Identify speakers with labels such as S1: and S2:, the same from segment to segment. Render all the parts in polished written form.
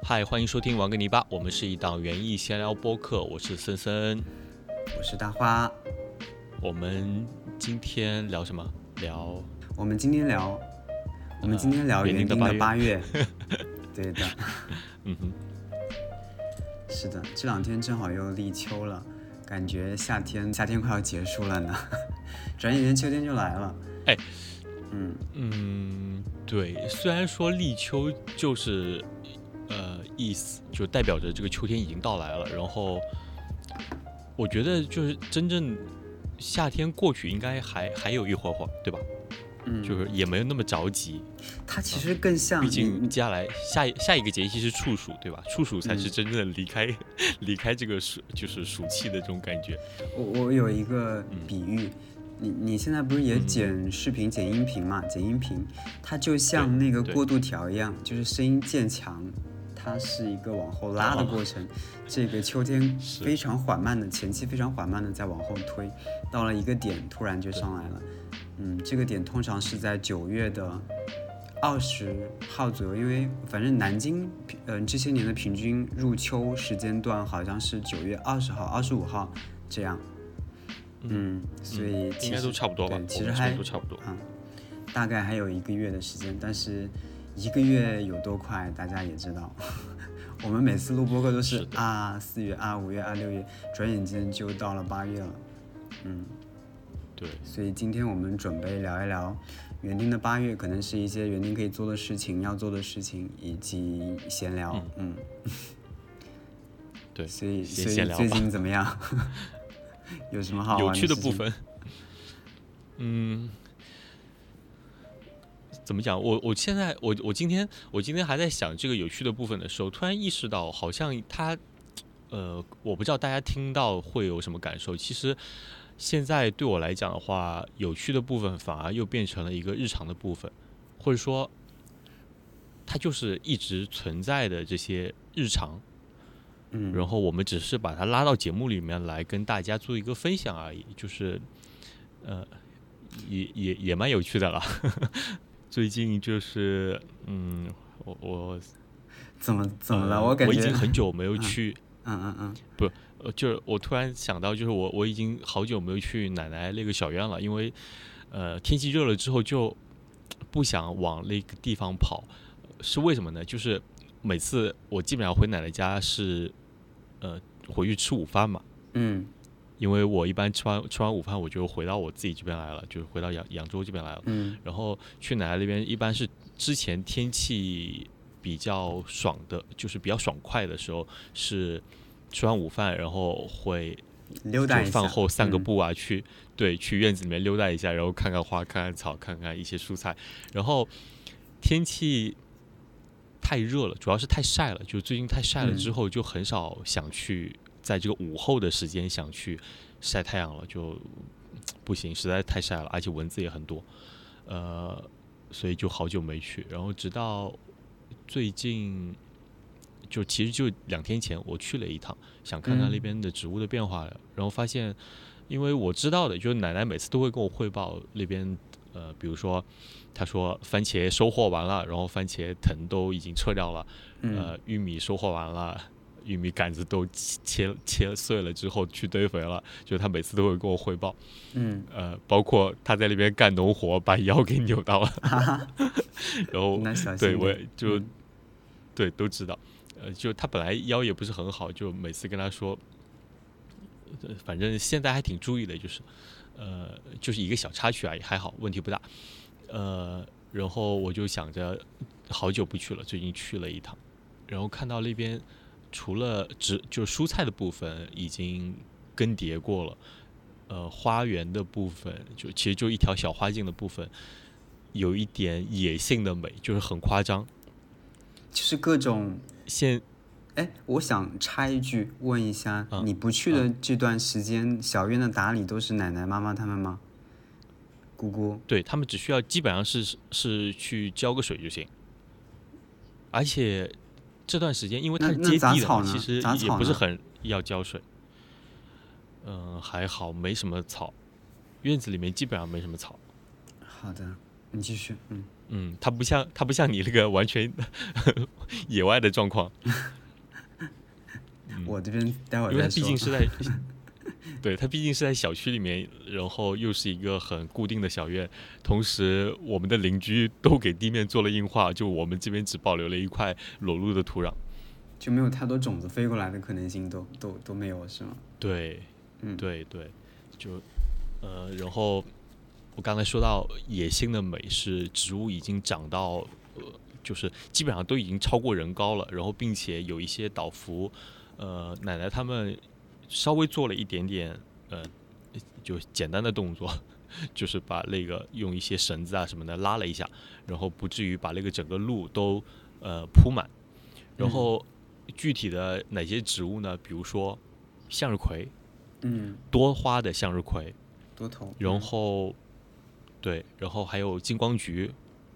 S1: 嗨，欢迎收听玩个泥巴，我们是一档园艺闲聊播客，我是森森，
S2: 我是大花。
S1: 我们今天聊什么？
S2: 我们今天聊园丁的8月。对的。是的，这2天正好又立秋了，感觉夏天快要结束了呢，转眼间秋天就来了。
S1: 对，虽然说立秋就是意思就代表着这个秋天已经到来了，然后我觉得就是真正夏天过去应该还有一会儿，对吧？就是也没有那么着急。
S2: 它其实更像，
S1: 毕竟接下来下一个节气是处暑，对吧？处暑才是真正的离开这个就是暑气的这种感觉。
S2: 我有一个比喻，你现在不是也剪视频、剪音频嘛？剪音频，它就像那个过渡条一样，就是声音渐强，它是一个往后拉的过程。这个秋天非常缓慢的，前期非常缓慢的在往后推，到了一个点突然就上来了。这个点通常是在9月的20号左右，因为反正南京这些年的平均入秋时间段好像是9月20号、25号这样。所以
S1: 应该都差不多吧？
S2: 其实
S1: 都差不多。
S2: 大概还有1个月的时间，但是1个月有多快，大家也知道。我们每次录播客都是4月、5月、6月，转眼间就到了8月了。
S1: 对。
S2: 所以今天我们准备聊一聊园丁的8月，可能是一些园丁可以做的事情、要做的事情，以及闲聊。
S1: 对。
S2: 所以
S1: 闲聊吧。
S2: 最近怎么样？有什么好玩的
S1: 有趣的部分？怎么讲？我现在我今天还在想这个有趣的部分的时候，突然意识到，好像它我不知道大家听到会有什么感受。其实现在对我来讲的话，有趣的部分反而又变成了一个日常的部分，或者说它就是一直存在的这些日常。然后我们只是把它拉到节目里面来跟大家做一个分享而已，就是也蛮有趣的了。最近就是我
S2: 怎么了？我感觉
S1: 我已经很久没有去不就是我突然想到，就是我已经好久没有去奶奶那个小院了，因为天气热了之后就不想往那个地方跑。是为什么呢？就是每次我基本上回奶奶家是回去吃午饭嘛。因为我一般吃完午饭我就回到我自己这边来了，就是回到扬州这边来了。然后去奶奶那边一般是之前天气比较爽的，就是比较爽快的时候，是吃完午饭然后会
S2: 溜达一下，
S1: 饭后散个步啊，去院子里面溜达一下，然后看看花、看看草、看看一些蔬菜。然后天气太热了，主要是太晒了，就最近太晒了之后，就很少想去在这个午后的时间想去晒太阳了，就不行，实在太晒了，而且蚊子也很多，所以就好久没去。然后直到最近，就其实就2天前我去了一趟，想看看那边的植物的变化，然后发现，因为我知道的，就是奶奶每次都会跟我汇报那边，比如说，她说番茄收获完了，然后番茄藤都已经撤掉了，玉米收获完了，玉米杆子都切碎了之后去堆肥了，就他每次都会跟我汇报。包括他在那边干农活，把腰给扭到了，然后对我也就对都知道。就他本来腰也不是很好，就每次跟他说，反正现在还挺注意的，就是一个小插曲而已，还好问题不大。然后我就想着好久不去了，最近去了一趟，然后看到那边除了就蔬菜的部分已经更迭过了，花园的部分其实就一条小花径的部分，有一点野性的美，就是很夸张，
S2: 就是各种我想插一句问一下，你不去的这段时间，小院的打理都是奶奶妈妈他们吗？姑姑？
S1: 对，他们只需要基本上是去浇个水就行，而且这段时间因为它是接地的嘛，其实也不是很要浇水。还好没什么草，院子里面基本上没什么草。
S2: 好的。 你继续。
S1: 它不像你那个完全野外的状况。
S2: 我这边待会儿再说。
S1: 因为它毕竟是在对，它毕竟是在小区里面，然后又是一个很固定的小院，同时我们的邻居都给地面做了硬化，就我们这边只保留了一块裸露的土壤，
S2: 就没有太多种子飞过来的可能性都没有，是吗？
S1: 对，对，就然后我刚才说到野性的美是植物已经长到就是基本上都已经超过人高了，然后并且有一些倒伏，奶奶他们稍微做了一点点就简单的动作，就是把那个用一些绳子啊什么的拉了一下，然后不至于把那个整个路都铺满。然后具体的哪些植物呢？比如说向日葵，多花的向日葵，
S2: 多头，
S1: 然后对，然后还有金光菊，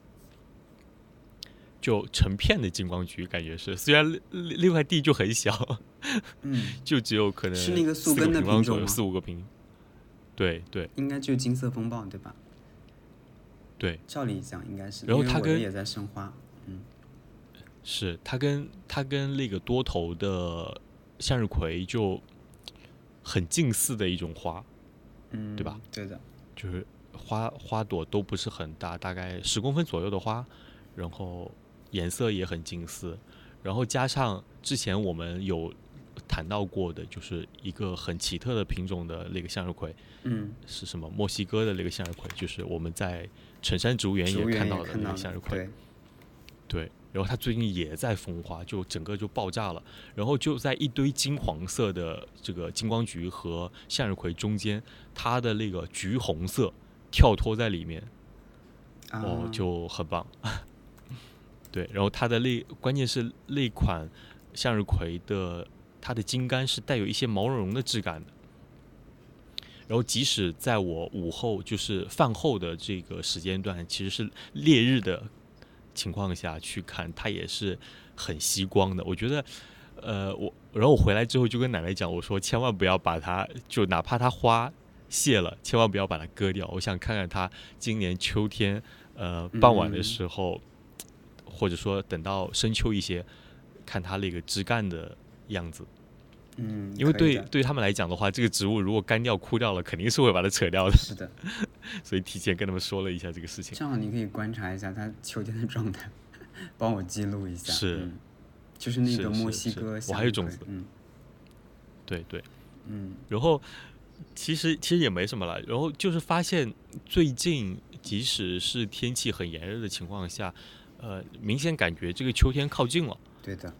S1: 就成片的金光菊，感觉是虽然那块地就很小，就只有可能
S2: 是那个宿根的品种吗
S1: ？4-5个平，对，
S2: 应该就金色风暴对吧？
S1: 对，
S2: 照理讲应该是。
S1: 然后它跟
S2: 也在生花，
S1: 是它跟那个多头的向日葵就很近似的一种花，对吧？
S2: 对的，
S1: 就是花朵都不是很大，大概10公分左右的花，然后颜色也很近似，然后加上之前我们有谈到过的，就是一个很奇特的品种的那个向日葵，是什么墨西哥的那个向日葵，就是我们在城山植物园也看到的那个向日葵，对。然后它最近也在风花，就整个就爆炸了。然后就在一堆金黄色的这个金光菊和向日葵中间，它的那个橘红色跳脱在里面，就很棒。对，然后它的关键是那款向日葵的它的茎干是带有一些毛茸茸的质感的。然后即使在我午后就是饭后的这个时间段，其实是烈日的情况下去看，它也是很吸光的。我觉得，然后我回来之后就跟奶奶讲，我说千万不要把它，就哪怕它花谢了，千万不要把它割掉。我想看看它今年秋天，傍晚的时候，或者说等到深秋一些，看它那个枝干的样子。因为对他们来讲的话，这个植物如果干掉枯掉了，肯定是会把它扯掉的。
S2: 是的，
S1: 所以提前跟他们说了一下这个事情。
S2: 正好你可以观察一下它秋天的状态，帮我记录一下。
S1: 是，
S2: 就是那个墨西哥向日葵，
S1: 我还有种子。对，然后其实也没什么了，然后就是发现最近即使是天气很炎热的情况下，明显感觉这个秋天靠近了。
S2: 对的。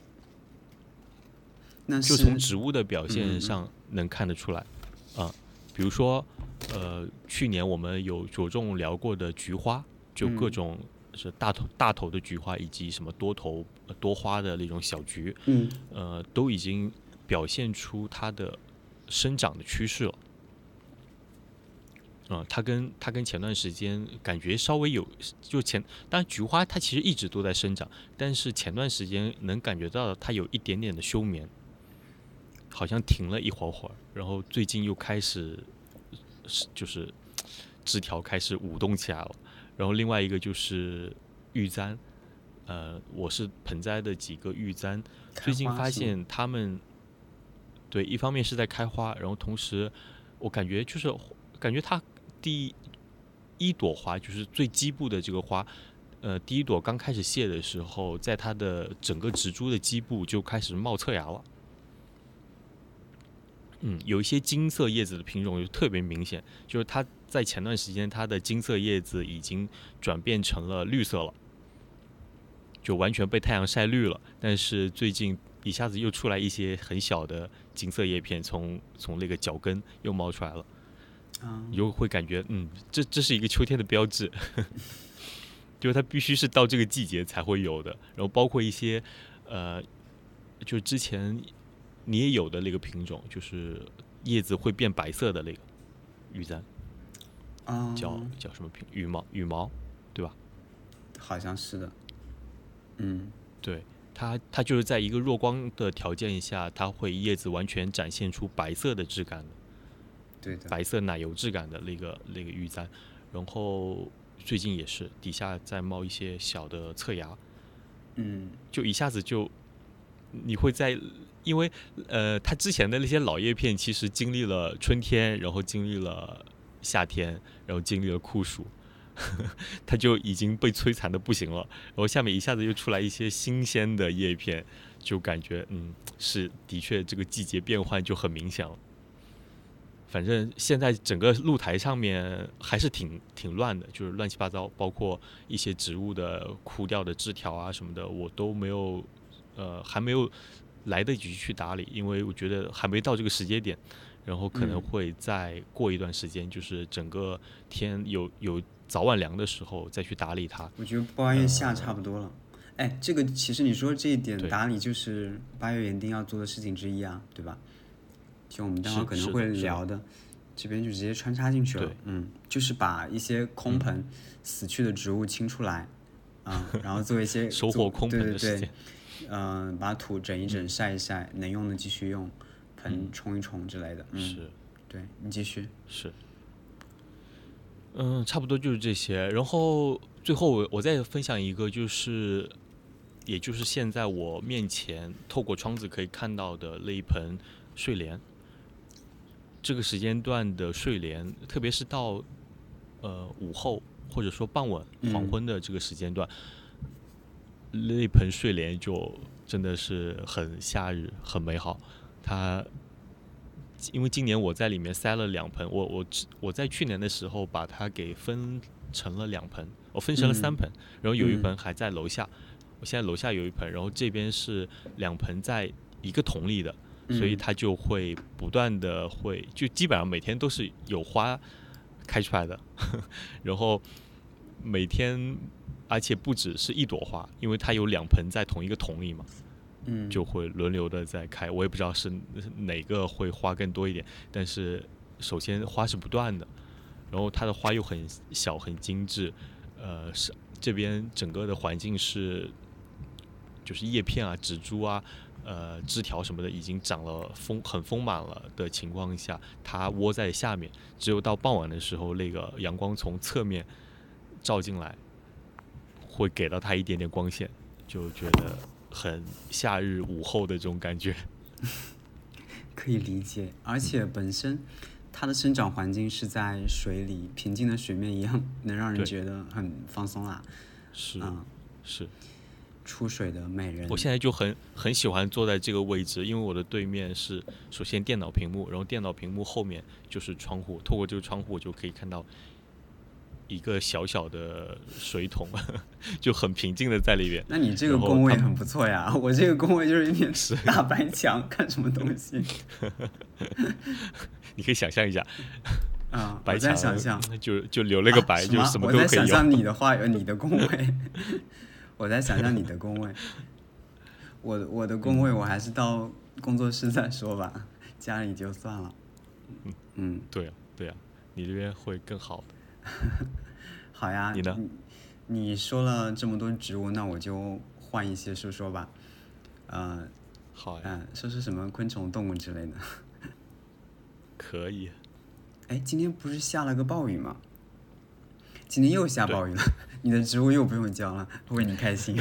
S1: 就从植物的表现上能看得出来，比如说，去年我们有着重聊过的菊花，就各种是大头的菊花，以及什么多花的那种小菊，都已经表现出它的生长的趋势了。它跟前段时间感觉稍微有，当然菊花它其实一直都在生长，但是前段时间能感觉到它有一点点的休眠。好像停了一会儿，然后最近又开始就是枝条开始舞动起来了。然后另外一个就是玉簪，我是盆栽的几个玉簪，最近发现它们对一方面是在开花，然后同时我感觉它第一朵花就是最基部的这个花，第一朵刚开始谢的时候，在它的整个植株的基部就开始冒侧芽了。有一些金色叶子的品种就特别明显，就是它在前段时间它的金色叶子已经转变成了绿色了，就完全被太阳晒绿了。但是最近一下子又出来一些很小的金色叶片，从那个脚跟又冒出来了，你就会感觉这是一个秋天的标志，就是它必须是到这个季节才会有的。然后包括一些就之前你也有的那个品种，就是叶子会变白色的那个玉簪，叫什么羽毛，对吧？
S2: 好像是的。
S1: 对，它就是在一个弱光的条件下，它会叶子完全展现出白色的质感的，
S2: 对的，
S1: 白色奶油质感的那个玉簪。然后最近也是底下在冒一些小的侧芽，就一下子就你会在，因为它之前的那些老叶片其实经历了春天，然后经历了夏天，然后经历了酷暑，它就已经被摧残的不行了，然后下面一下子又出来一些新鲜的叶片，就感觉是的确这个季节变换就很明显了。反正现在整个露台上面还是挺乱的，就是乱七八糟，包括一些植物的枯掉的枝条啊什么的，我都没有还没有来得及去打理，因为我觉得还没到这个时间点，然后可能会再过一段时间，就是整个天有早晚凉的时候再去打理它。
S2: 我觉得8月下差不多了。这个其实你说这一点打理就是8月园丁要做的事情之一啊，对吧？就我们待会儿可能会聊的，这边就直接穿插进去了。就是把一些空盆、死去的植物清出来，然后做一些
S1: 收获空盆的时间。
S2: 把土整一整、晒一晒，能用的继续用，盆冲一冲之类的。
S1: 是，
S2: 对，你继续。
S1: 是，差不多就是这些。然后最后我再分享一个，也就是现在我面前透过窗子可以看到的那一盆睡莲。这个时间段的睡莲，特别是到午后或者说傍晚、黄昏的这个时间段，那盆睡莲就真的是很夏日、很美好。它因为今年我在里面塞了2盆，我在去年的时候把它给分成了2盆，我分成了3盆，然后有一盆还在楼下。我现在楼下有一盆，然后这边是2盆在一个桶里的。所以它就会不断的就基本上每天都是有花开出来的，然后每天而且不只是一朵花，因为它有2盆在同一个桶里嘛，就会轮流的在开。我也不知道是哪个会花更多一点，但是首先花是不断的，然后它的花又很小很精致，是这边整个的环境是就是叶片啊、植株啊。枝条什么的已经长了很丰满了的情况下，它窝在下面，只有到傍晚的时候，那个阳光从侧面照进来，会给到它一点点光线，就觉得很夏日午后的这种感觉。
S2: 可以理解，而且本身它的生长环境是在水里，平静的水面一样，能让人觉得很放松啦。
S1: 是。
S2: 出水的美人。
S1: 我现在就很喜欢坐在这个位置，因为我的对面是首先电脑屏幕，然后电脑屏幕后面就是窗户，透过这个窗户我就可以看到一个小小的水桶，就很平静的在里边。
S2: 那你这个工位很不错呀，我这个工位就是一面大白墙，看什么东西？
S1: 你可以想象一下。白墙，
S2: 我在想象
S1: 就留了个白，就什么都可以用。
S2: 我在想象你的话有你的工位。我在想象你的工位，我的工位我还是到工作室再说吧，家里就算了。
S1: 对啊，你这边会更好的。
S2: 好呀，
S1: 你呢？
S2: 你说了这么多植物，那我就换一些说吧。
S1: 好呀。
S2: 说什么昆虫、动物之类的。
S1: 可以。
S2: 今天不是下了个暴雨吗？今天又下暴雨了。你的植物又不用浇了，为你开心。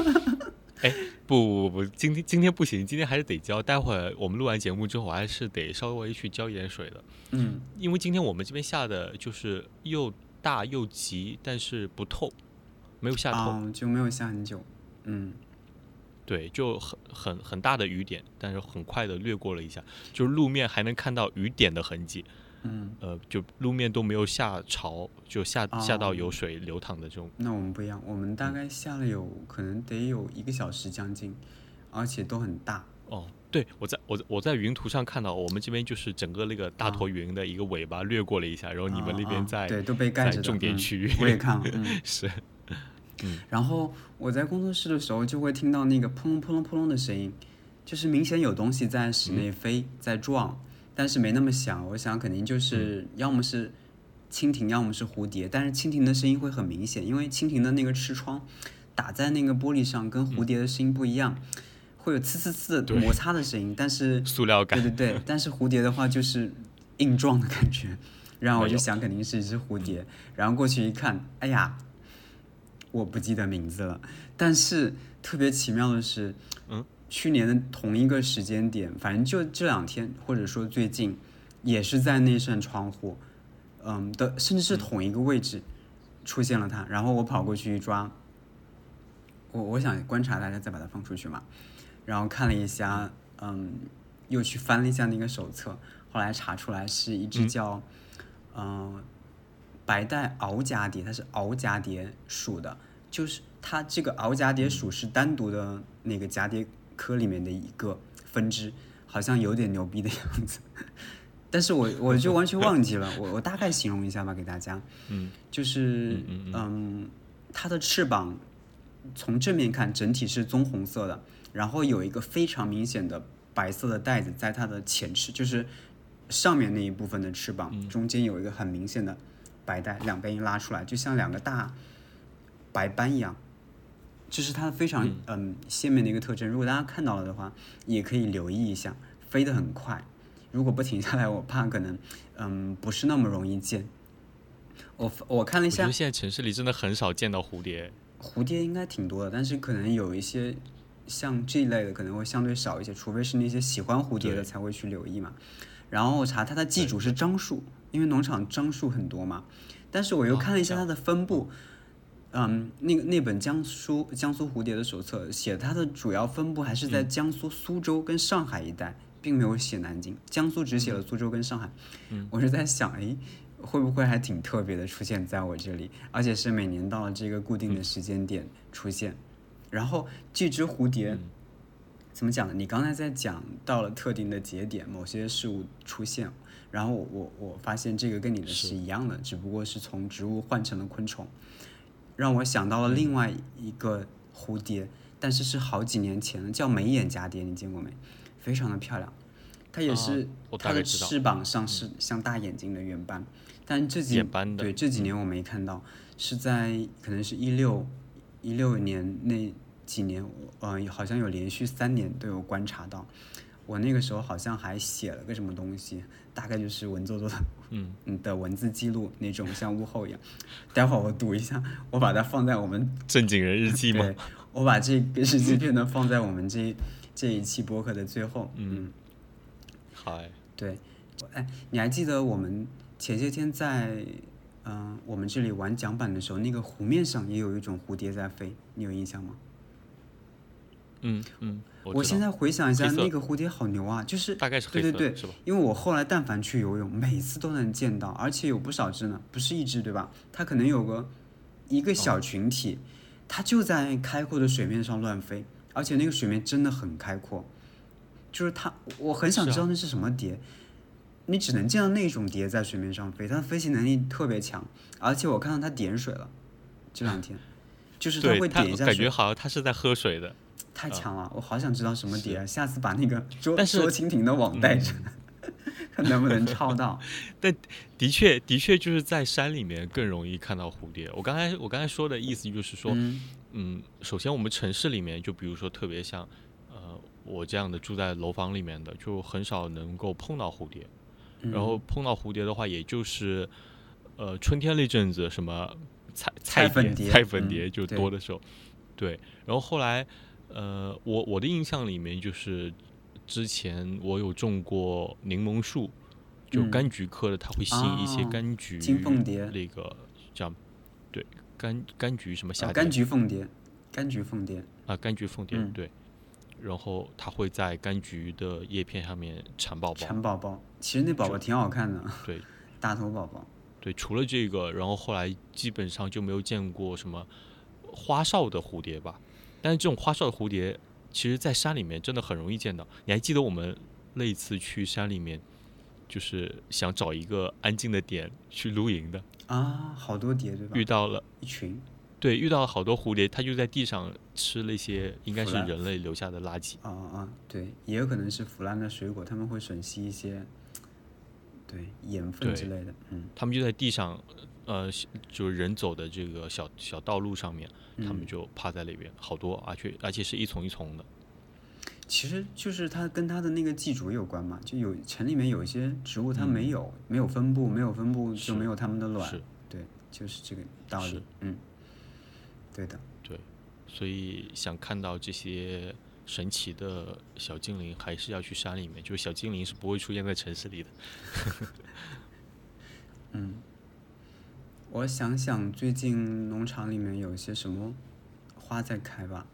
S1: 不，今天不行，今天还是得浇。待会儿我们录完节目之后，我还是得稍微去浇一点水的。因为今天我们这边下的就是又大又急，但是不透，没有下透，
S2: 就没有下很久。
S1: 对，就很大的雨点，但是很快的掠过了一下，就是路面还能看到雨点的痕迹。就路面都没有下潮，就下到有水流淌的这种。
S2: 那我们不一样，我们大概下了可能得有1个小时将近，而且都很大。
S1: 对，我在云图上看到，我们这边就是整个那个大坨云的一个尾巴掠过了一下，然后你们那边
S2: 对都被盖着的
S1: 重点区域。
S2: 我也看了。
S1: 是。
S2: 然后我在工作室的时候就会听到那个扑隆扑隆扑隆的声音，就是明显有东西在室内飞，在撞。但是没那么响，我想肯定就是要么是蜻蜓，要么是蝴蝶。但是蜻蜓的声音会很明显，因为蜻蜓的那个翅窗打在那个玻璃上，跟蝴蝶的声音不一样，会有呲呲呲的摩擦的声音。但是
S1: 塑料感。
S2: 对，但是蝴蝶的话就是硬撞的感觉。 然后我就想肯定是一只蝴蝶，然后过去一看，哎呀，我不记得名字了。但是特别奇妙的是，去年的同一个时间点，反正就这2天，或者说最近，也是在那扇窗户，甚至是同一个位置出现了它。然后我跑过去一抓，我想观察大家再把它放出去嘛，然后看了一下，又去翻了一下那个手册，后来查出来是一只叫白带螯蛱蝶，它是螯蛱蝶属的，就是它这个螯蛱蝶属是单独的那个蛱蝶科里面的一个分支，好像有点牛逼的样子。但是我就完全忘记了，我大概形容一下吧给大家，就是它的翅膀从正面看整体是棕红色的，然后有一个非常明显的白色的带子在它的前翅，就是上面那一部分的翅膀中间有一个很明显的白带，两边一拉出来就像2个大白斑一样，这是它非常鲜明的一个特征。如果大家看到了的话，也可以留意一下，飞得很快，如果不停下来，我怕可能不是那么容易见。我看了一下，
S1: 我觉得现在城市里真的很少见到蝴蝶。
S2: 蝴蝶应该挺多的，但是可能有一些像这一类的可能会相对少一些，除非是那些喜欢蝴蝶的才会去留意嘛。然后我查它的寄主是樟树，因为农场樟树很多嘛。但是我又看了一下它的分布，那本江苏蝴蝶的手册写它的主要分布还是在江苏苏州跟上海一带，并没有写南京，江苏只写了苏州跟上海。我是在想，会不会还挺特别的出现在我这里，而且是每年到了这个固定的时间点出现。然后这只蝴蝶怎么讲呢？你刚才在讲到了特定的节点，某些事物出现，然后我发现这个跟你的是一样的，只不过是从植物换成了昆虫，让我想到了另外一个蝴蝶，但是是好几年前了，叫眉眼蛱蝶，你见过没？非常的漂亮，它也是它的翅膀上是像大眼睛的圆斑，但这几年我没看到，是在可能是16年那几年，好像有连续3年都有观察到。我那个时候好像还写了个什么东西，大概就是文绉绉的，的文字记录那种，像物后一样。待会儿我读一下，我把它放在我们
S1: 正经人日记吗？
S2: 对，我把这个日记片呢放在我们这一期播客的最后。
S1: 好。
S2: 对，你还记得我们前些天在我们这里玩桨板的时候，那个湖面上也有一种蝴蝶在飞，你有印象吗？我现在回想一下，那个蝴蝶好牛啊，就是
S1: 大概是黑色的，
S2: 对，
S1: 是吧？
S2: 因为我后来但凡去游泳，每次都能见到，而且有不少只呢，不是一只对吧？它可能有一个小群体，它就在开阔的水面上乱飞，而且那个水面真的很开阔，就是我很想知道那是什么蝶。你只能见到那种蝶在水面上飞，它的飞行能力特别强，而且我看到它点水了，这2天，就是它会点一下水，
S1: 感觉好像它是在喝水的，
S2: 太强了，我好想知道什么蝶啊！下次把那个捉蜻蜓的网带着，看能不能抄到。
S1: 但的确就是在山里面更容易看到蝴蝶。我刚才说的意思就是说，首先我们城市里面，就比如说特别像我这样的住在楼房里面的，就很少能够碰到蝴蝶。然后碰到蝴蝶的话，也就是春天那阵子什么菜粉蝶就多的时候，对。然后后来我的印象里面就是之前我有种过柠檬树，就柑橘科的，它会吸引一些柑橘
S2: 金凤蝶，
S1: 那个叫对柑橘什么霞
S2: 柑橘凤蝶啊，
S1: 柑橘凤蝶对。然后它会在柑橘的叶片上面产宝宝，
S2: 其实那宝宝挺好看的，
S1: 对，
S2: 大头宝宝。
S1: 对，除了这个，然后后来基本上就没有见过什么花哨的蝴蝶吧。但是这种花哨的蝴蝶，其实在山里面真的很容易见到。你还记得我们那一次去山里面，就是想找一个安静的点去露营的
S2: 啊，好多蝶对吧？
S1: 遇到了
S2: 一群。
S1: 对，遇到了好多蝴蝶，它就在地上吃那些应该是人类留下的垃圾。
S2: 对，也有可能是腐烂的水果，他们会吮吸一些对盐分之类的。
S1: 他们就在地上，就是人走的这个小道路上面，他们就趴在那边，好多，而且是一丛一丛的。
S2: 其实就是它跟它的那个寄主有关嘛，就有城里面有一些植物它没有分布，没有分布就没有它们的卵，对，就是这个道理。对的。
S1: 对，所以想看到这些神奇的小精灵，还是要去山里面，就是小精灵是不会出现在城市里的。
S2: 我想想最近农场里面有些什么花在开吧。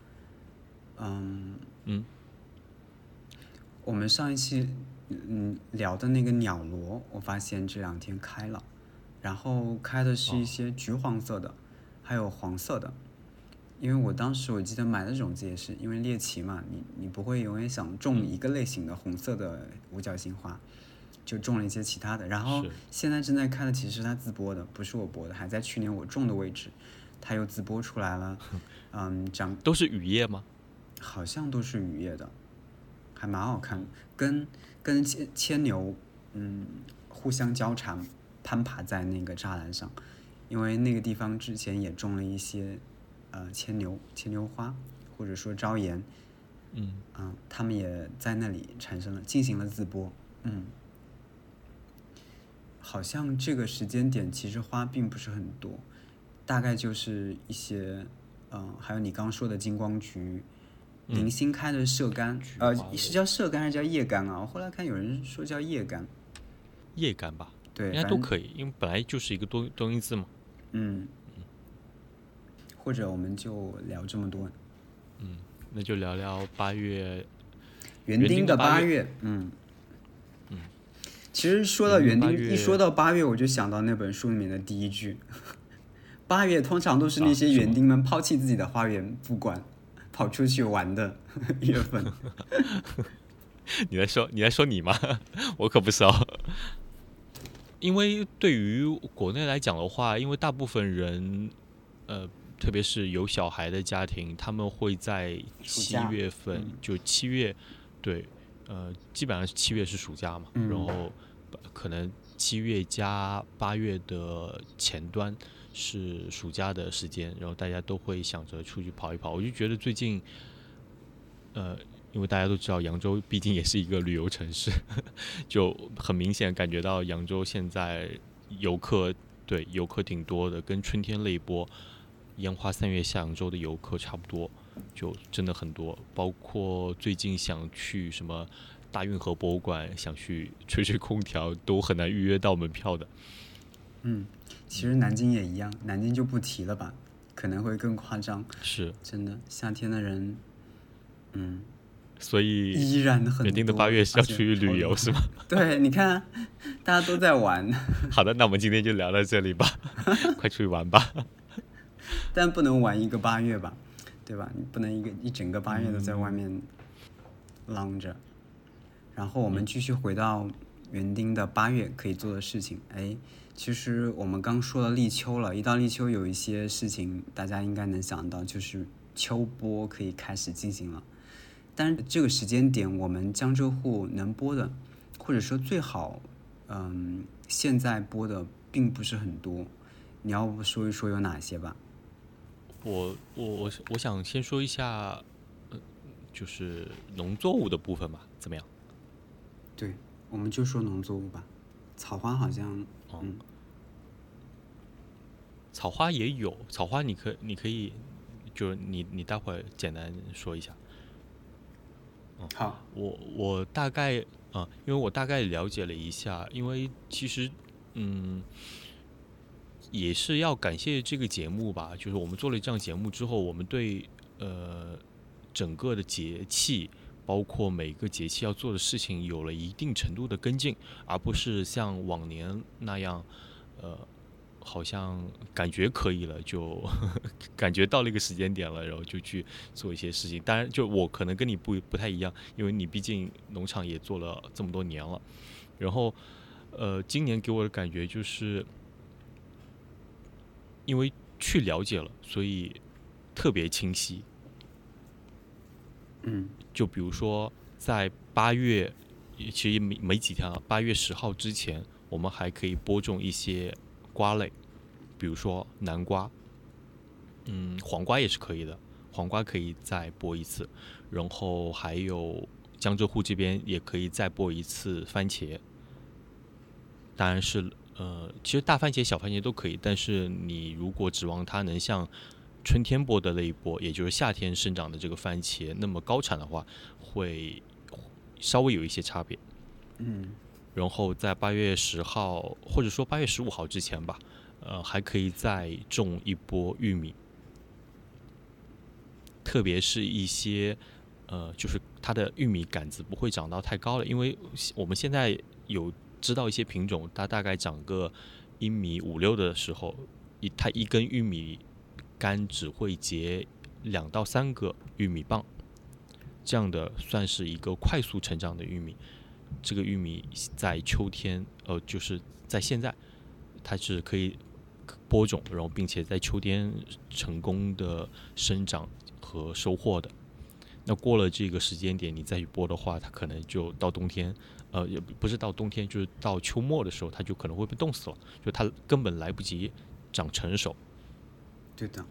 S2: 我们上一期聊的那个鸟罗，我发现这2天开了，然后开的是一些橘黄色的，还有黄色的。因为我当时我记得买的种子也是，因为猎奇嘛，你不会永远想种一个类型的红色的五角星花，就种了一些其他的。然后现在正在开的其实是它自播的，不是我播的，还在去年我种的位置，它又自播出来了。
S1: 都是雨叶吗？
S2: 好像都是雨叶的，还蛮好看的，跟牵牛互相交叉攀爬在那个栅栏上，因为那个地方之前也种了一些牵牛花，或者说朝颜，他们也在那里进行了自播。好像这个时间点其实花并不是很多，大概就是一些还有你刚说的金光菊，零星开的射干，是叫射干还是叫叶干啊？我后来看有人说叫叶干，
S1: 叶干吧，
S2: 对，
S1: 应该都可以，因为本来就是一个多音字嘛。
S2: 或者我们就聊这么多。
S1: 那就聊聊8月，
S2: 园丁的8月。其实说到园丁，一说到8月，我就想到那本书里面的第一句：8月通常都是那些园丁们抛弃自己的花园不管，跑出去玩的月份。
S1: 你在说你吗？我可不是哦。因为对于国内来讲的话，因为大部分人，特别是有小孩的家庭，他们会在7月份，就7月，对，基本上7月是暑假嘛，然后可能7月加8月的前端是暑假的时间，然后大家都会想着出去跑一跑。我就觉得最近，因为大家都知道扬州毕竟也是一个旅游城市，就很明显感觉到扬州现在游客挺多的，跟春天那一波烟花3月下扬州的游客差不多，就真的很多。包括最近想去什么大运河博物馆，想去吹吹空调，都很难预约到门票的。
S2: 其实南京也一样，南京就不提了吧，可能会更夸张。
S1: 是
S2: 真的，夏天的人，
S1: 所以
S2: 依然很多。
S1: 园丁的8月是要出去旅游是吗？
S2: 对，你看，大家都在玩。
S1: 好的，那我们今天就聊到这里吧，快出去玩吧。
S2: 但不能玩一个8月吧，对吧？你不能一整个8月都在外面浪着。然后我们继续回到园丁的8月可以做的事情。其实我们刚说了立秋了，一到立秋有一些事情大家应该能想到，就是秋播可以开始进行了。但是这个时间点我们江浙沪能播的，或者说最好现在播的并不是很多。你要不说一说有哪些吧？
S1: 我想先说一下，就是农作物的部分吧，怎么样？
S2: 对，我们就说农作物吧。草花好像，
S1: 草花也有，草花你可以，就是你待会儿简单说一下。
S2: 好，
S1: 我大概因为我大概了解了一下，因为其实也是要感谢这个节目吧，就是我们做了这样节目之后，我们对整个的节气，包括每个节气要做的事情有了一定程度的跟进，而不是像往年那样好像感觉可以了，就感觉到了一个时间点了，然后就去做一些事情。当然，就我可能跟你不太一样，因为你毕竟农场也做了这么多年了。然后，今年给我的感觉就是，因为去了解了，所以特别清晰。就比如说在8月，其实没几天了，8月10号之前，我们还可以播种一些瓜类，比如说南瓜，黄瓜也是可以的， 黄瓜可以再播一次，然后还有江浙沪这边也可以再播一次番茄。当然是其实大番茄、小番茄都可以，但是你如果指望它能像春天播的那一波，也就是夏天生长的这个番茄那么高产的话，会稍微有一些差别。然后在8月10号或者说8月15号之前吧，还可以再种一波玉米，特别是一些就是它的玉米杆子不会长到太高了，因为我们现在有知道一些品种，它大概长个1.5米的时候，它一根玉米杆只会结2到3个玉米棒，这样的算是一个快速成长的玉米。这个玉米在秋天，就是在现在，它是可以播种，然后并且在秋天成功的生长和收获的。那过了这个时间点，你再去播的话，它可能就到冬天，也不是到冬天，就是到秋末的时候，它就可能会被冻死了，就它根本来不及长成熟。
S2: 对的。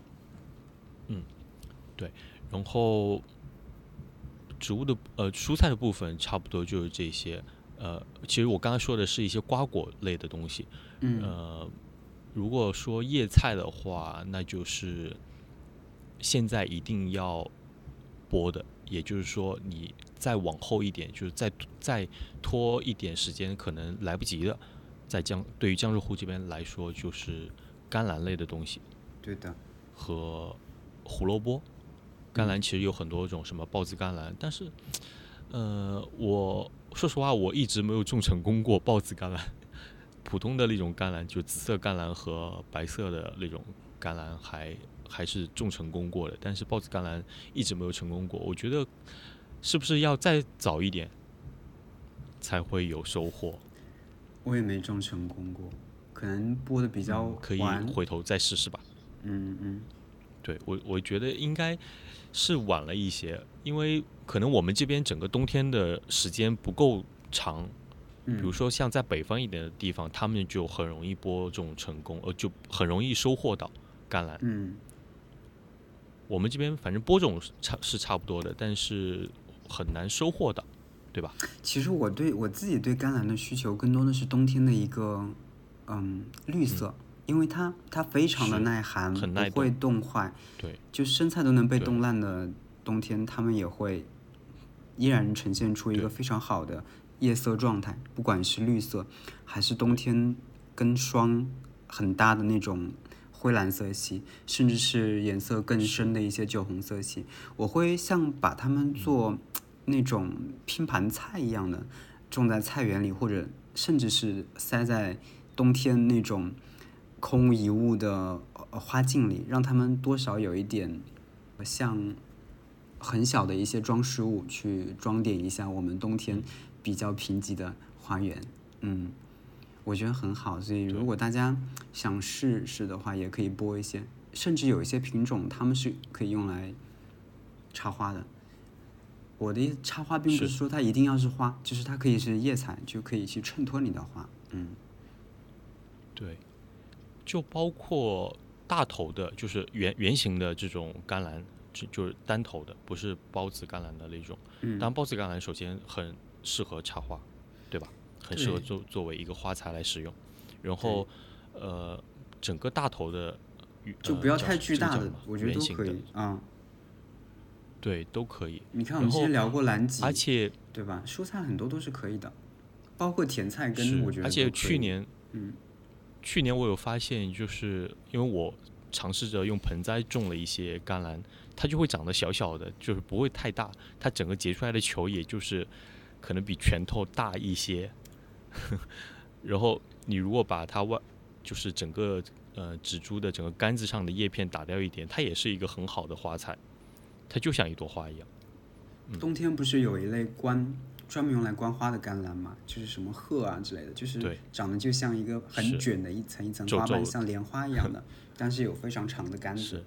S1: 对。然后植物的蔬菜的部分差不多就是这些。其实我刚才说的是一些瓜果类的东西。如果说叶菜的话，那就是现在一定要播的，也就是说你再往后一点，就是再拖一点时间，可能来不及的。对于江浙沪这边来说，就是甘蓝类的东西。
S2: 对的。
S1: 和胡萝卜。甘蓝其实有很多种，什么豹子甘蓝，但是我说实话，我一直没有种成功过豹子甘蓝。普通的那种甘蓝，就紫色甘蓝和白色的那种甘蓝还是种成功过的，但是豹子甘蓝一直没有成功过。我觉得是不是要再早一点才会有收获？
S2: 我也没种成功过，可能播的比较晚。
S1: 可以回头再试试吧。对，我觉得应该是晚了一些，因为可能我们这边整个冬天的时间不够长。比如说像在北方一点的地方，他们就很容易播种成功，就很容易收获到甘蓝。我们这边反正播种是差不多的，但是很难收获到，对吧？
S2: 其实我自己对甘蓝的需求更多的是冬天的一个绿色。因为它非常的耐寒，不会冻坏。
S1: 对，
S2: 就生菜都能被冻烂的冬天，它们也会依然呈现出一个非常好的叶色状态，不管是绿色，还是冬天跟霜很搭的那种灰蓝色系，甚至是颜色更深的一些酒红色系。我会像把它们做那种拼盘菜一样的种在菜园里，或者甚至是塞在冬天那种空无一物的花镜里，让它们多少有一点像很小的一些装饰物，去装点一下我们冬天比较贫瘠的花园。我觉得很好。所以如果大家想试试的话，也可以播一些，甚至有一些品种它们是可以用来插花的。我的插花并不是说它一定要是花，就是它可以是叶彩，就可以去衬托你的花。
S1: 对，就包括大头的，就是圆形的这种甘蓝，就是单头的，不是孢子甘蓝的那种。当然，孢子甘蓝首先很适合插花，对吧？很适合作为一个花材来使用。然后，整个大头的，
S2: 就不要太巨大的，我觉得都可以
S1: 对，都可以。
S2: 你看，我们之前聊过蓝棘，
S1: 而且
S2: 对吧？蔬菜很多都是可以的，包括甜菜根，我觉得
S1: 而且去年我有发现，就是因为我尝试着用盆栽种了一些甘蓝，它就会长得小小的，就是不会太大，它整个结出来的球也就是可能比拳头大一些。然后你如果把它就是整个植株的整个杆子上的叶片打掉一点，它也是一个很好的花材，它就像一朵花一样。
S2: 冬天不是有一类专门用来观花的甘蓝嘛，就是什么鹤啊之类的，就是长得就像一个很卷的一层一层花瓣，像莲花一样的，但是有非常长的杆子。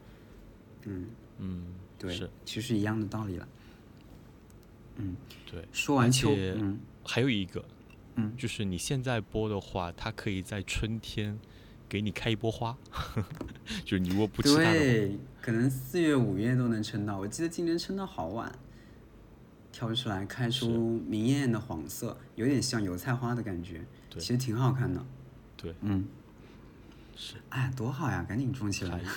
S2: 对，其实一样的道理了。
S1: 对。
S2: 说完秋，
S1: 还有一个，就是你现在播的话，它可以在春天给你开一波花，就是你如果不吃它的话，
S2: 对，可能4月5月都能撑到。我记得今年撑到好晚，挑出来开出明艳艳的黄色，有点像油菜花的感觉，其实挺好看的。
S1: 对，
S2: 是，哎，多好呀，赶紧种起来。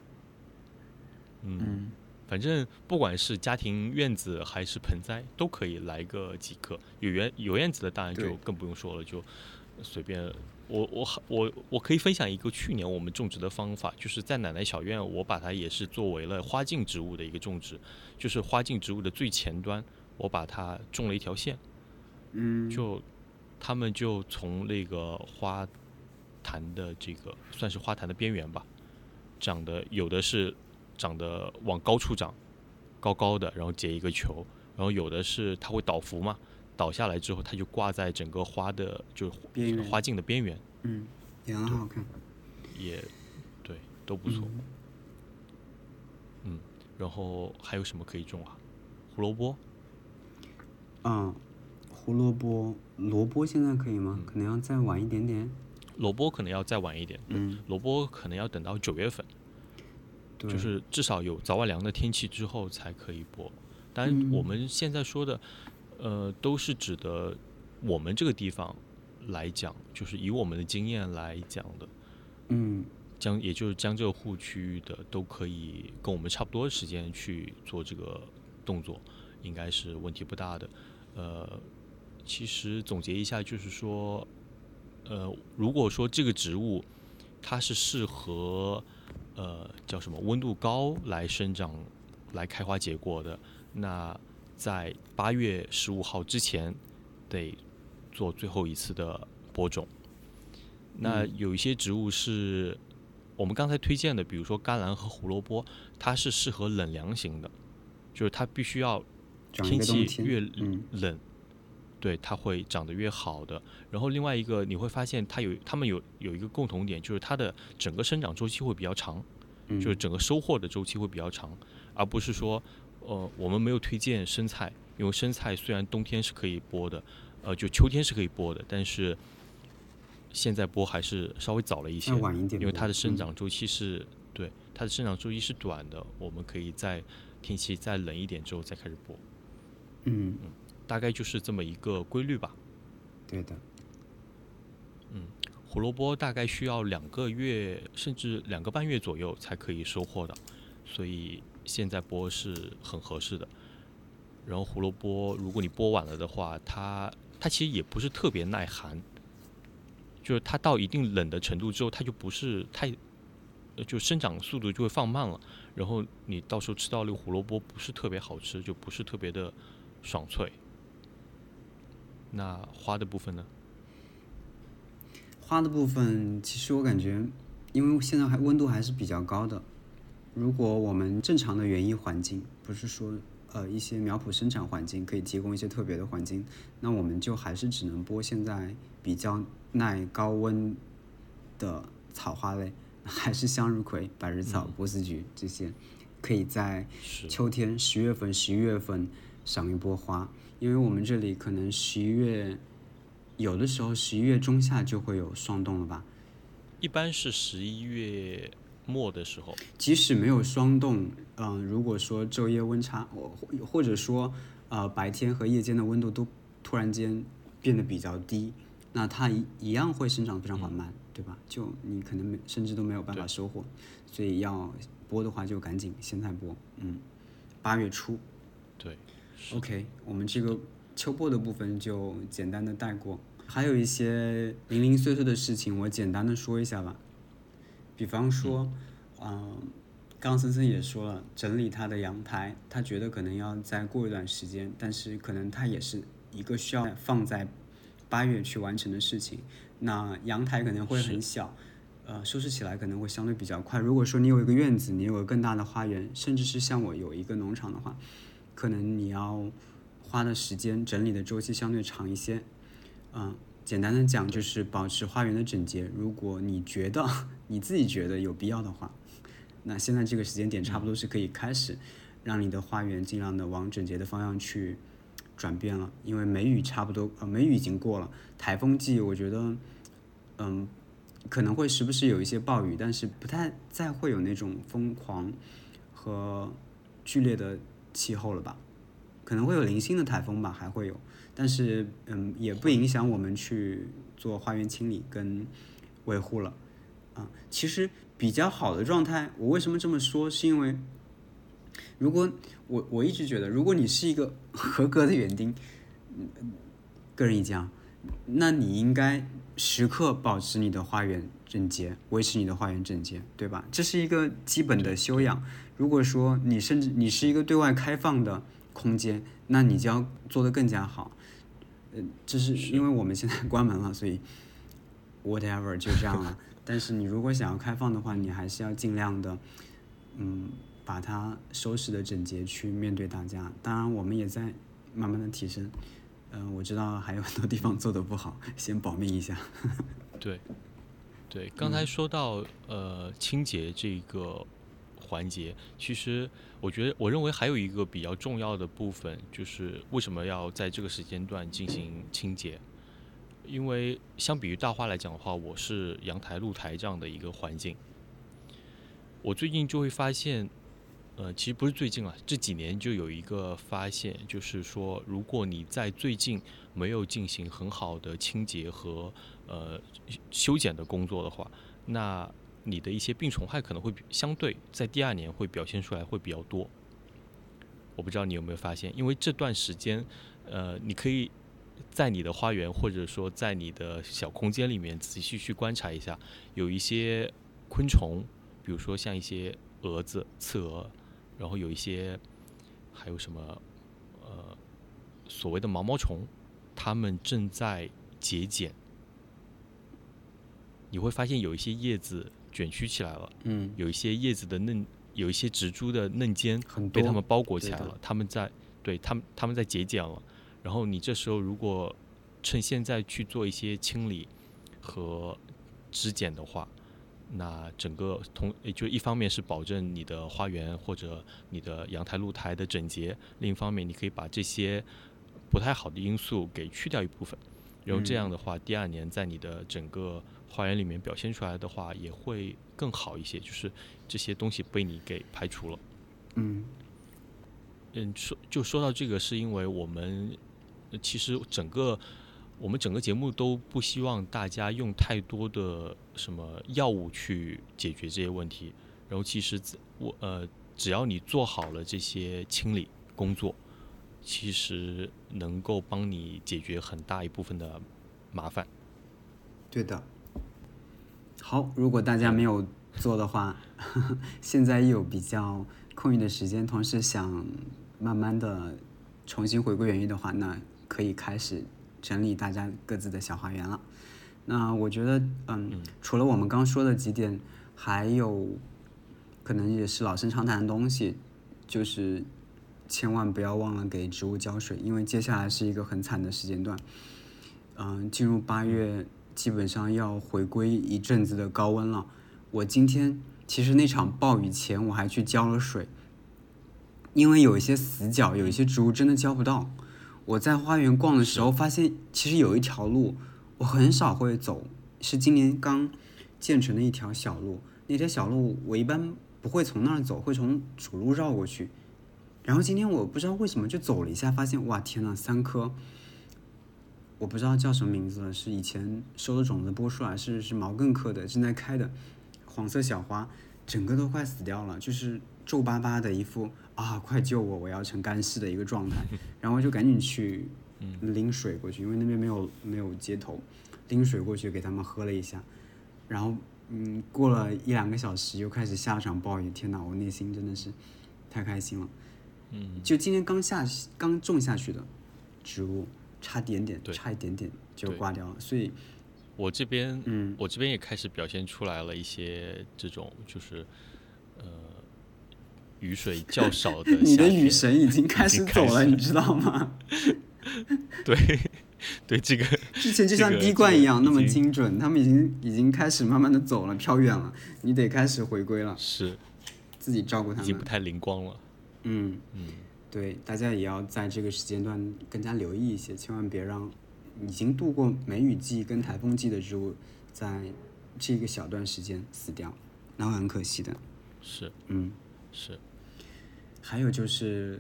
S1: 反正不管是家庭院子还是盆栽，都可以来个几棵。有院子的当然就更不用说了，就随便。我可以分享一个去年我们种植的方法，就是在奶奶小院，我把它也是作为了花茎植物的一个种植，就是花茎植物的最前端，我把它种了一条线，就他们就从那个花坛的这个算是花坛的边缘吧，长得有的是长得往高处长，高高的，然后结一个球，然后有的是它会倒伏嘛。倒下来之后，它就挂在整个花的，就是花茎的边缘。
S2: 也很好看。
S1: 也对，都不错。然后还有什么可以种啊？胡萝卜。
S2: 胡萝卜，萝卜现在可以吗？可能要再晚一点点。
S1: 萝卜可能要再晚一点。萝卜可能要等到9月份。就是至少有早晚凉的天气之后才可以播。当然，我们现在说的。都是指的我们这个地方来讲，就是以我们的经验来讲的，也就是江浙沪区域的都可以跟我们差不多的时间去做这个动作，应该是问题不大的。其实总结一下就是说，如果说这个植物它是适合叫什么温度高来生长、来开花结果的，那在8月15号之前得做最后一次的播种。那有一些植物是我们刚才推荐的，比如说甘蓝和胡萝卜，它是适合冷凉型的，就是它必须要天气越冷，对，它会长得越好的。然后另外一个你会发现它们有一个共同点，就是它的整个生长周期会比较长，就是整个收获的周期会比较长，而不是说我们没有推荐生菜，因为生菜虽然冬天是可以播的，就秋天是可以播的，但是现在播还是稍微早了一些，因为它的生长周期是短的，我们可以在天气再冷一点之后再开始播。大概就是这么一个规律吧。
S2: 对的。
S1: 胡萝卜大概需要2个月甚至2个半月左右才可以收获的，所以现在播是很合适的。然后胡萝卜如果你播晚了的话，它其实也不是特别耐寒，就是它到一定冷的程度之后，它就不是太就生长速度就会放慢了，然后你到时候吃到那个胡萝卜不是特别好吃，就不是特别的爽脆。那花的部分呢？
S2: 花的部分其实我感觉，因为现在温度还是比较高的，如果我们正常的园艺环境，不是说一些苗圃生产环境可以提供一些特别的环境，那我们就还是只能播现在比较耐高温的草花类，还是向日葵、百日草、波斯菊这些，可以在秋天10月份、11月份赏一波花。因为我们这里可能11月，有的时候11月中下就会有霜冻了吧？
S1: 一般是11月末的时候。
S2: 即使没有霜冻，如果说昼夜温差，或者说白天和夜间的温度都突然间变得比较低，那它一样会生长非常缓慢，对吧？就你可能甚至都没有办法收获，所以要播的话就赶紧现在播，8月初。
S1: 对。
S2: OK， 我们这个秋播的部分就简单的带过，还有一些零零碎碎的事情，我简单的说一下吧。比方说，刚森森也说了，整理他的阳台，他觉得可能要再过一段时间，但是可能他也是一个需要放在8月去完成的事情。那阳台可能会很小，收拾起来可能会相对比较快。如果说你有一个院子，你有个更大的花园，甚至是像我有一个农场的话，可能你要花的时间整理的周期相对长一些。简单的讲就是保持花园的整洁。如果你自己觉得有必要的话，那现在这个时间点差不多是可以开始让你的花园尽量的往整洁的方向去转变了。因为梅雨差不多，梅雨已经过了，台风季我觉得可能会时不时有一些暴雨，但是不太再会有那种疯狂和剧烈的气候了吧？可能会有零星的台风吧，还会有，但是也不影响我们去做花园清理跟维护了其实比较好的状态，我为什么这么说？是因为如果我一直觉得，如果你是一个合格的园丁，个人意见那你应该时刻保持你的花园整洁，维持你的花园整洁，对吧？这是一个基本的修养。如果说你甚至你是一个对外开放的空间，那你就要做得更加好。这是因为我们现在关门了，所以 whatever 就这样了。但是你如果想要开放的话，你还是要尽量的，把它收拾的整洁去面对大家。当然，我们也在慢慢的提升。我知道还有很多地方做得不好，先保密一下。
S1: 对，刚才说到清洁这个环节，其实我认为还有一个比较重要的部分，就是为什么要在这个时间段进行清洁。因为相比于大花来讲的话，我是阳台露台这样的一个环境，我最近就会发现其实不是最近了，这几年就有一个发现，就是说如果你在最近没有进行很好的清洁和修剪的工作的话，那你的一些病虫害可能会相对在第二年会表现出来会比较多。我不知道你有没有发现，因为这段时间你可以在你的花园或者说在你的小空间里面仔细去观察一下，有一些昆虫，比如说像一些蛾子、刺蛾，然后有一些还有什么所谓的毛毛虫，它们正在节俭。你会发现有一些叶子卷曲起来了，有一些叶子的有一些植株的嫩尖被它们包裹起来了，他们在节俭了。然后你这时候如果趁现在去做一些清理和枝剪的话，那整个也就一方面是保证你的花园或者你的阳台露台的整洁，另一方面你可以把这些不太好的因素给去掉一部分，然后这样的话第二年在你的整个花园里面表现出来的话也会更好一些，就是这些东西被你给排除了。说到这个，是因为我们其实我们整个节目都不希望大家用太多的什么药物去解决这些问题，然后其实只要你做好了这些清理工作，其实能够帮你解决很大一部分的麻烦。
S2: 对的。好，如果大家没有做的话，现在有比较空余的时间，同时想慢慢的重新回归原意的话，那可以开始整理大家各自的小花园了。那我觉得除了我们刚说的几点，还有可能也是老生常谈的东西，就是千万不要忘了给植物浇水，因为接下来是一个很惨的时间段。进入8月基本上要回归一阵子的高温了。我今天其实那场暴雨前我还去浇了水，因为有一些死角，有一些植物真的浇不到。我在花园逛的时候发现，其实有一条路我很少会走，是今年刚建成的一条小路。那条小路我一般不会从那儿走，会从主路绕过去。然后今天我不知道为什么就走了一下，发现哇天哪，3颗我不知道叫什么名字了，是以前收的种子播出来是毛茛科的，正在开的黄色小花，整个都快死掉了，就是皱巴巴的一副快救我，我要成干尸的一个状态。然后就赶紧去拎水过去，因为那边没有接头，拎水过去给他们喝了一下。然后过了1-2个小时又开始下场暴雨，天哪，我内心真的是太开心了。就今天刚种下去的植物，差一点点就挂掉了，所以
S1: 我这边也开始表现出来了一些这种就是雨水较少的夏天。
S2: 你的雨神已经开始走了，你知道吗？
S1: 对，这个
S2: 之前就像滴灌一样那么精准，他们已经开始慢慢的走了，飘远了，你得开始回归了，
S1: 是
S2: 自己照顾他们，
S1: 已经不太灵光了。
S2: 对，大家也要在这个时间段更加留意一些，千万别让已经度过梅雨季跟台风季的植物在这个小段时间死掉，那会很可惜的。
S1: 是，是。
S2: 还有就是，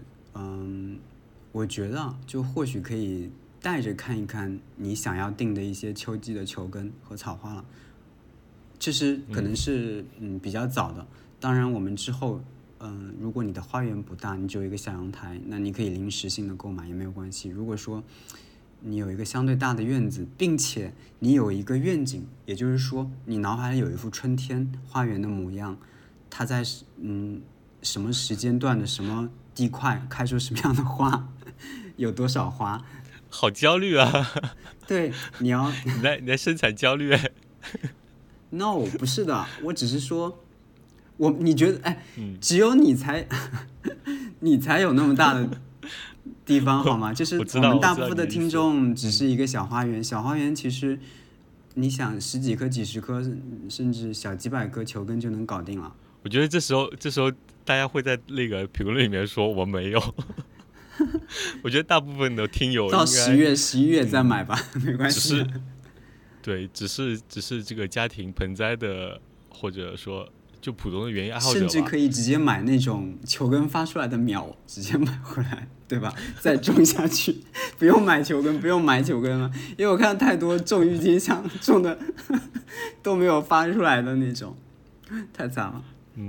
S2: 我觉得就或许可以带着看一看你想要定的一些秋季的球根和草花了。这是可能是比较早的。当然，我们之后，如果你的花园不大，你只有一个小阳台，那你可以临时性的购买也没有关系。如果说你有一个相对大的院子，并且你有一个愿景，也就是说你脑海里有一幅春天花园的模样，它在什么时间段的什么地块开出什么样的花，有多少花，
S1: 好焦虑啊！
S2: 对，你
S1: 在生产焦虑哎。
S2: No， 不是的，我只是说，你觉得只有你才你才有那么大的地方好吗？就是我们大部分的听众只是一个小花园，小花园其实你想十几颗、几十颗，甚至小几百颗球根就能搞定了。
S1: 我觉得这时候大家会在那个评论里面说我没有。我觉得大部分的听友
S2: 到11月再买吧，没关系。
S1: 对，只是这个家庭盆栽的，或者说就普通的园艺爱好者吧，
S2: 甚至可以直接买那种球根发出来的苗，直接买回来，对吧？再种下去，不用买球根了，因为我看到太多种郁金香种的都没有发出来的那种，太惨了。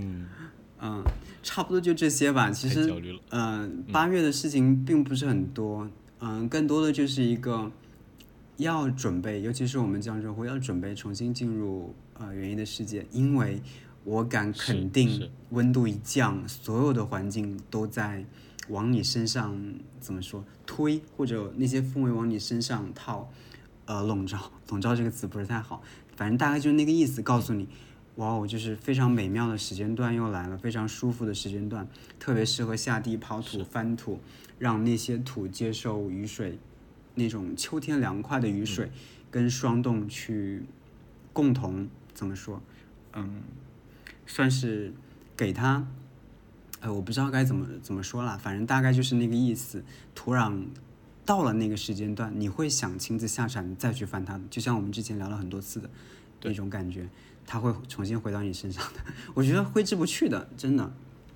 S2: 差不多就这些吧。其实8月的事情并不是很多，更多的就是一个要准备，尤其是我们江浙沪要准备重新进入园艺的世界，因为我敢肯定，温度一降，所有的环境都在往你身上怎么说推，或者那些氛围往你身上套，笼罩这个词不是太好，反正大概就是那个意思，告诉你，哇，就是非常美妙的时间段又来了，非常舒服的时间段，特别适合下地刨土翻土，让那些土接受雨水，那种秋天凉快的雨水，跟霜冻去共同怎么说，算是给它，我不知道该怎么说啦，反正大概就是那个意思。土壤到了那个时间段，你会想亲自下场再去翻它，就像我们之前聊了很多次的那种感觉，它会重新回到你身上的。我觉得挥之不去的，真的。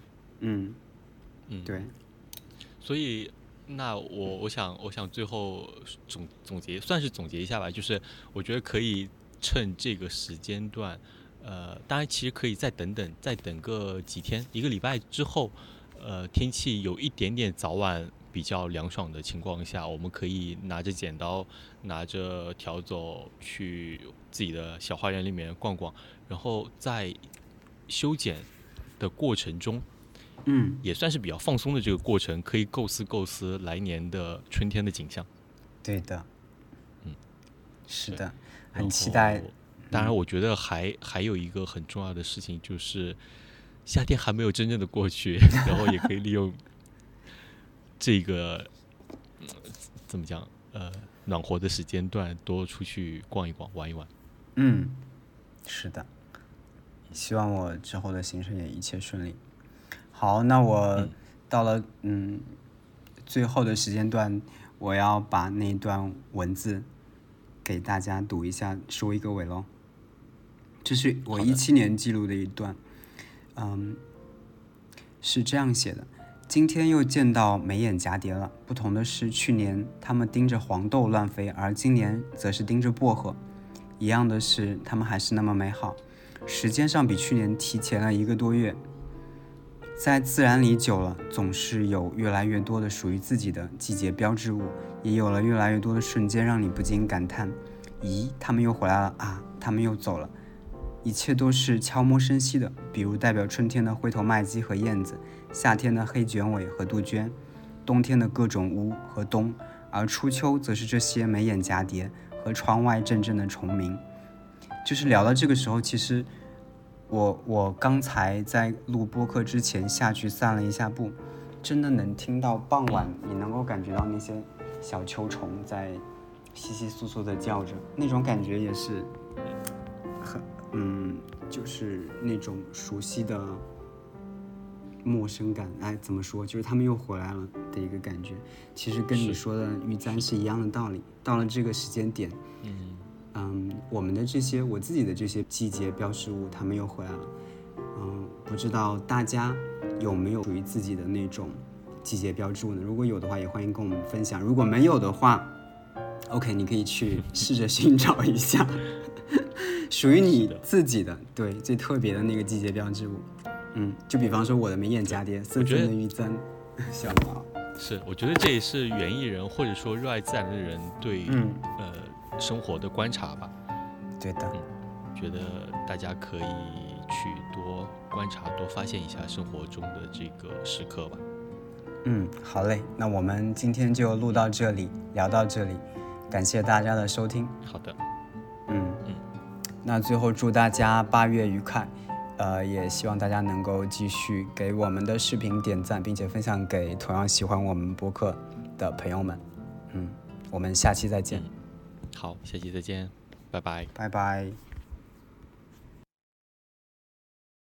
S2: 对。
S1: 所以，那我想最后总结，算是总结一下吧，就是我觉得可以趁这个时间段。当然，其实可以再等个几天，1个礼拜之后，天气有一点点早晚比较凉爽的情况下，我们可以拿着剪刀，拿着笤帚去自己的小花园里面逛逛，然后在修剪的过程中，也算是比较放松的这个过程，可以构思来年的春天的景象。
S2: 对的，是的，很期待。
S1: 当然我觉得还有一个很重要的事情，就是夏天还没有真正的过去，然后也可以利用这个怎么讲暖和的时间段多出去逛一逛玩一玩。
S2: 是的，希望我之后的行程也一切顺利。好，那我到了最后的时间段，我要把那段文字给大家读一下，收一个尾咯。这是我17年记录的一段，是这样写的：今天又见到眉眼蛱蝶了，不同的是，去年它们盯着黄豆乱飞，而今年则是盯着薄荷。一样的是，它们还是那么美好，时间上比去年提前了1个多月。在自然里久了，总是有越来越多的属于自己的季节标志物，也有了越来越多的瞬间让你不禁感叹：咦，它们又回来了啊，它们又走了。一切都是悄无声息的，比如代表春天的灰头麦鸡和燕子，夏天的黑卷尾和杜鹃，冬天的各种乌和冬，而初秋则是这些眉眼蛱蝶和窗外阵阵的虫鸣。就是聊到这个时候，其实我刚才在录播客之前下去散了一下步，真的能听到傍晚你能够感觉到那些小秋虫在窸窸窣窣的叫着，那种感觉也是很就是那种熟悉的陌生感，怎么说，就是他们又回来了的一个感觉。其实跟你说的玉簪是一样的道理，到了这个时间点， 我自己的这些季节标识物，它们又回来了。不知道大家有没有属于自己的那种季节标志物呢？如果有的话，也欢迎跟我们分享。如果没有的话 ，OK， 你可以去试着寻找一下属于你自己的对最特别的那个季节标志物。就比方说我的眉眼蛱蝶，森森的玉簪，小毛。
S1: 是，我觉得这也是园艺人或者说热爱自然的人对生活的观察吧。
S2: 对的，
S1: 觉得大家可以去多观察、多发现一下生活中的这个时刻吧。
S2: 好嘞，那我们今天就录到这里，聊到这里，感谢大家的收听。
S1: 好的，
S2: 那最后祝大家8月愉快，也希望大家能够继续给我们的视频点赞，并且分享给同样喜欢我们播客的朋友们。我们下期再见。
S1: 好，下期再见，拜拜。
S2: 拜拜。